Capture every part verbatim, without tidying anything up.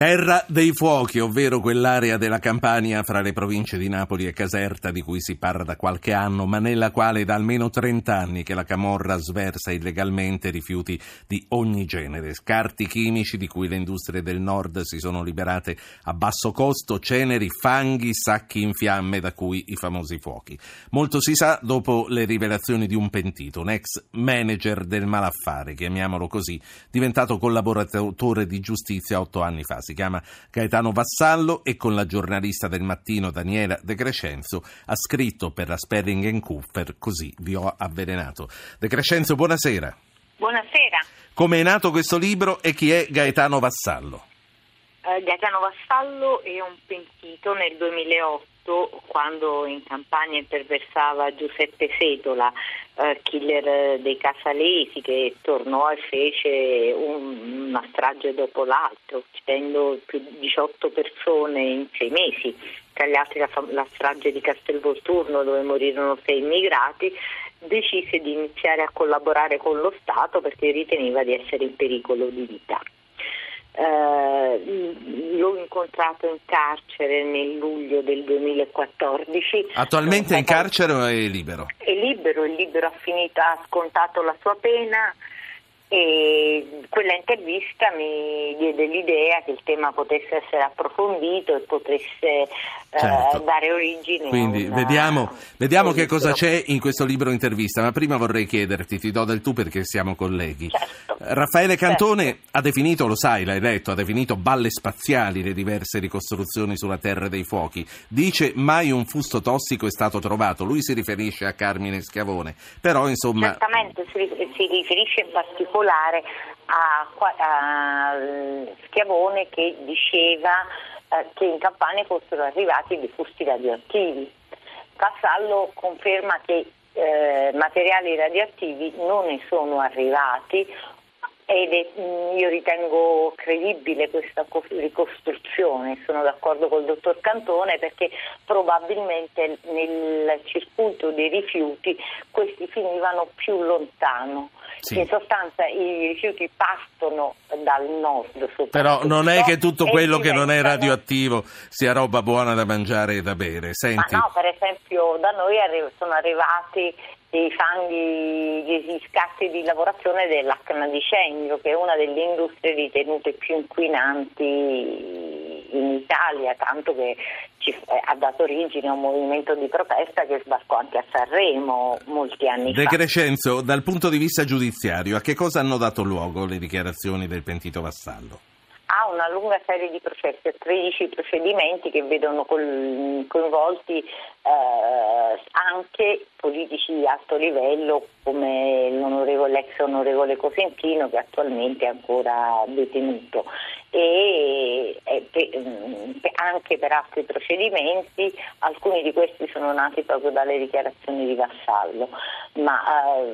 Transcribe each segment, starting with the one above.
Terra dei Fuochi, ovvero quell'area della Campania fra le province di Napoli e Caserta di cui si parla da qualche anno, ma nella quale da almeno trenta anni che la camorra sversa illegalmente rifiuti di ogni genere, scarti chimici di cui le industrie del nord si sono liberate a basso costo, ceneri, fanghi, sacchi in fiamme da cui i famosi fuochi. Molto si sa dopo le rivelazioni di un pentito, un ex manager del malaffare, chiamiamolo così, diventato collaboratore di giustizia otto anni fa. Si chiama Gaetano Vassallo e con la giornalista del Mattino Daniela De Crescenzo ha scritto per la Sperling and Kupfer, così vi ho avvelenato. De Crescenzo, buonasera. Buonasera. Come è nato questo libro e chi è Gaetano Vassallo? Uh, Gaetano Vassallo è un pentito nel duemilaotto, quando in Campania imperversava Giuseppe Setola, uh, killer dei Casalesi, che tornò e fece un, una strage dopo l'altro, uccidendo più di diciotto persone in sei mesi, tra gli altri la, la strage di Castelvolturno, dove morirono sei immigrati. Decise di iniziare a collaborare con lo Stato perché riteneva di essere in pericolo di vita. Uh, l'ho incontrato in carcere nel luglio del duemilaquattordici. Attualmente è in carcere o è libero? È libero, è libero, ha finito, ha scontato la sua pena, e quella intervista mi diede l'idea che il tema potesse essere approfondito e potesse certo. uh, dare origine Quindi a una... vediamo, vediamo che cosa c'è in questo libro intervista, ma prima vorrei chiederti, ti do del tu perché siamo colleghi. Certo. Raffaele Cantone certo. ha definito, lo sai, l'hai letto, ha definito balle spaziali le diverse ricostruzioni sulla Terra dei Fuochi. Dice mai un fusto tossico è stato trovato. Lui si riferisce a Carmine Schiavone, però insomma... Certamente si, si riferisce in particolare a, a Schiavone, che diceva eh, che in Campania fossero arrivati dei fusti radioattivi. Vassallo conferma che eh, materiali radioattivi non ne sono arrivati, ed è, io ritengo credibile questa ricostruzione. Sono d'accordo col dottor Cantone, perché probabilmente nel circuito dei rifiuti questi finivano più lontano. Sì. In sostanza i rifiuti partono dal nord. Però non è che tutto quello che non è diventano... radioattivo sia roba buona da mangiare e da bere. Senti. Ma no, per esempio da noi arri- sono arrivati i fanghi, gli scatti di lavorazione dell'acnadicennio, che è una delle industrie ritenute più inquinanti in Italia, tanto che ci ha dato origine a un movimento di protesta che sbarcò anche a Sanremo molti anni De fa. De Crescenzo, dal punto di vista giudiziario, a che cosa hanno dato luogo le dichiarazioni del pentito Vassallo? Ha una lunga serie di processi, tredici procedimenti che vedono col, coinvolti eh, anche politici di alto livello come l'onorevole ex onorevole Cosentino, che attualmente è ancora detenuto, e, e pe, pe, anche per altri procedimenti. Alcuni di questi sono nati proprio dalle dichiarazioni di Vassallo, ma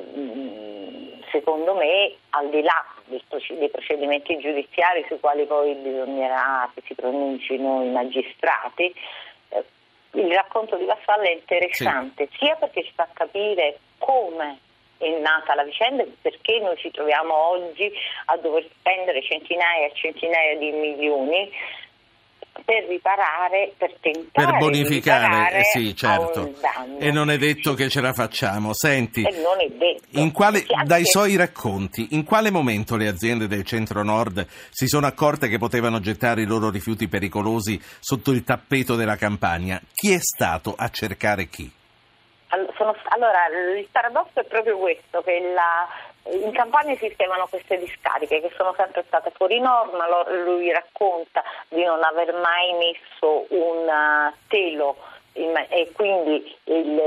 eh, secondo me, al di là dei procedimenti giudiziari sui quali poi bisognerà che si pronuncino i magistrati, eh, il racconto di Vassallo è interessante, sì. sia perché ci fa capire come è nata la vicenda e perché noi ci troviamo oggi a dover spendere centinaia e centinaia di milioni per riparare, per tentare per bonificare, di sì, certo. E non è detto che ce la facciamo. Senti, e non è detto. in quale, dai che... suoi racconti, in quale momento le aziende del centro-nord si sono accorte che potevano gettare i loro rifiuti pericolosi sotto il tappeto della Campania? Chi è stato a cercare chi? Allora, il paradosso è proprio questo, che la, in Campania esistevano queste discariche che sono sempre state fuori norma. Lui racconta di non aver mai messo un telo in, e quindi il,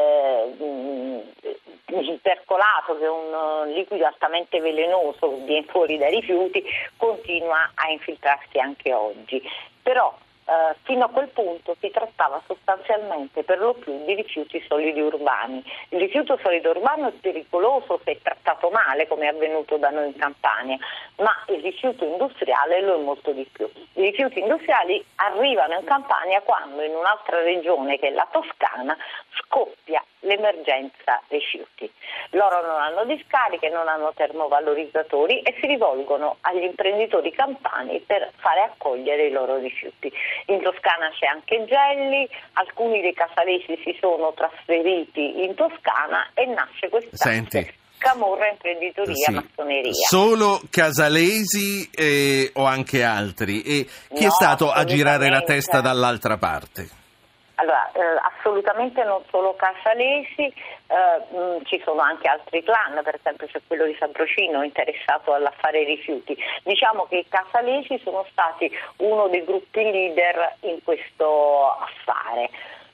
il percolato, che è un liquido altamente velenoso che viene fuori dai rifiuti, continua a infiltrarsi anche oggi. Però Uh, fino a quel punto si trattava sostanzialmente per lo più di rifiuti solidi urbani. Il rifiuto solido urbano è pericoloso se trattato male, come è avvenuto da noi in Campania, ma il rifiuto industriale lo è molto di più. I rifiuti industriali arrivano in Campania quando in un'altra regione, che è la Toscana, scoppia l'emergenza rifiuti. Loro non hanno discariche, non hanno termovalorizzatori e si rivolgono agli imprenditori campani per fare accogliere i loro rifiuti. In Toscana c'è anche Gelli, alcuni dei casalesi si sono trasferiti in Toscana e nasce questa Senti. camorra imprenditoria, sì. massoneria. Solo casalesi eh, o anche altri? E chi No, è stato a girare la assolutamente. testa dall'altra parte? Allora, eh, assolutamente non solo casalesi, eh, mh, ci sono anche altri clan, per esempio c'è quello di Sabrocino interessato all'affare rifiuti. Diciamo che i casalesi sono stati uno dei gruppi leader in questo affare.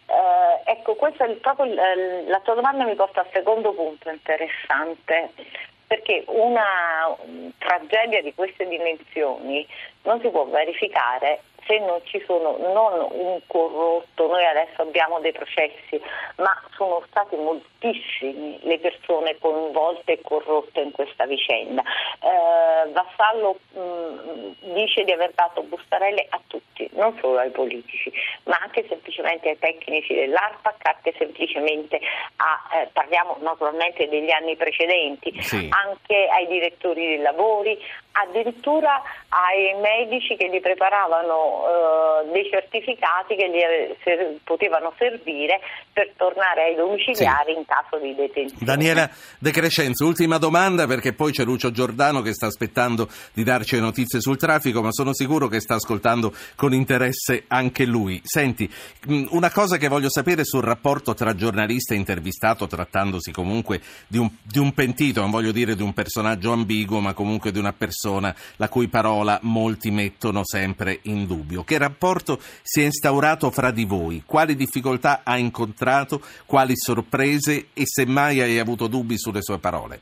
Eh, ecco, questa è il, proprio il, la tua domanda mi porta al secondo punto interessante, perché una tragedia di queste dimensioni non si può verificare se non ci sono non un corrotto, noi adesso abbiamo dei processi, ma sono state moltissime le persone coinvolte e corrotte in questa vicenda. Eh, Vassallo mh, dice di aver dato bustarelle a tutti, non solo ai politici, ma anche semplicemente ai tecnici dell'ARPAC, anche semplicemente a, eh, parliamo naturalmente degli anni precedenti, sì. anche ai direttori dei lavori, addirittura ai medici che gli preparavano uh, dei certificati che gli ser- potevano servire per tornare ai domiciliari sì. in caso di detenzione. Daniela De Crescenzo, ultima domanda, perché poi c'è Lucio Giordano che sta aspettando di darci notizie sul traffico, ma sono sicuro che sta ascoltando con interesse anche lui. Senti, una cosa che voglio sapere sul rapporto tra giornalista e intervistato, trattandosi comunque di un, di un pentito, non voglio dire di un personaggio ambiguo, ma comunque di una persona la cui parola molti mettono sempre in dubbio. Che rapporto si è instaurato fra di voi? Quali difficoltà ha incontrato? Quali sorprese? E se mai hai avuto dubbi sulle sue parole?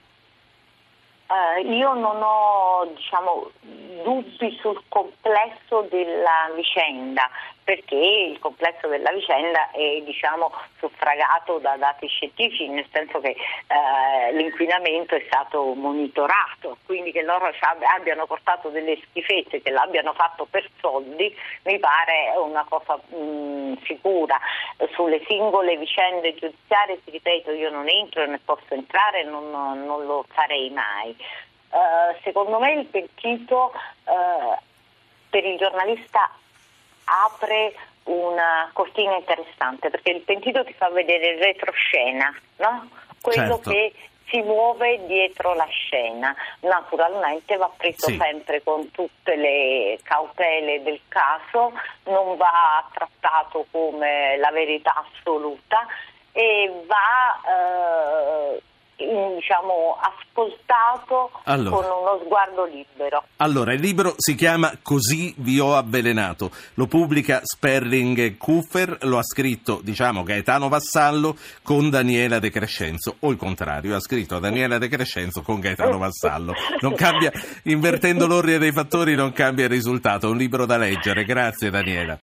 Uh, io non ho, diciamo, dubbi sul complesso della vicenda, perché il complesso della vicenda è, diciamo, suffragato da dati scientifici, nel senso che uh, l'inquinamento è stato monitorato, quindi che loro abbiano portato delle schifezze, che l'abbiano fatto per soldi, mi pare una cosa mh, sicura. Sulle singole vicende giudiziarie, ti ripeto, io non entro, ne posso entrare, non, non lo farei mai. Uh, secondo me il pentito uh, per il giornalista apre una cortina interessante, perché il pentito ti fa vedere il retroscena, no? Quello certo. che si muove dietro la scena. Naturalmente va preso sì. sempre con tutte le cautele del caso, non va trattato come la verità assoluta e va eh, in, diciamo ascoltato allora. con uno sguardo libero. Allora, il libro si chiama Così vi ho avvelenato, lo pubblica Sperling Kuffer, lo ha scritto, diciamo, Gaetano Vassallo con Daniela De Crescenzo, o il contrario, ha scritto Daniela De Crescenzo con Gaetano Vassallo. Non cambia, invertendo l'ordine dei fattori non cambia il risultato, è un libro da leggere. Grazie Daniela.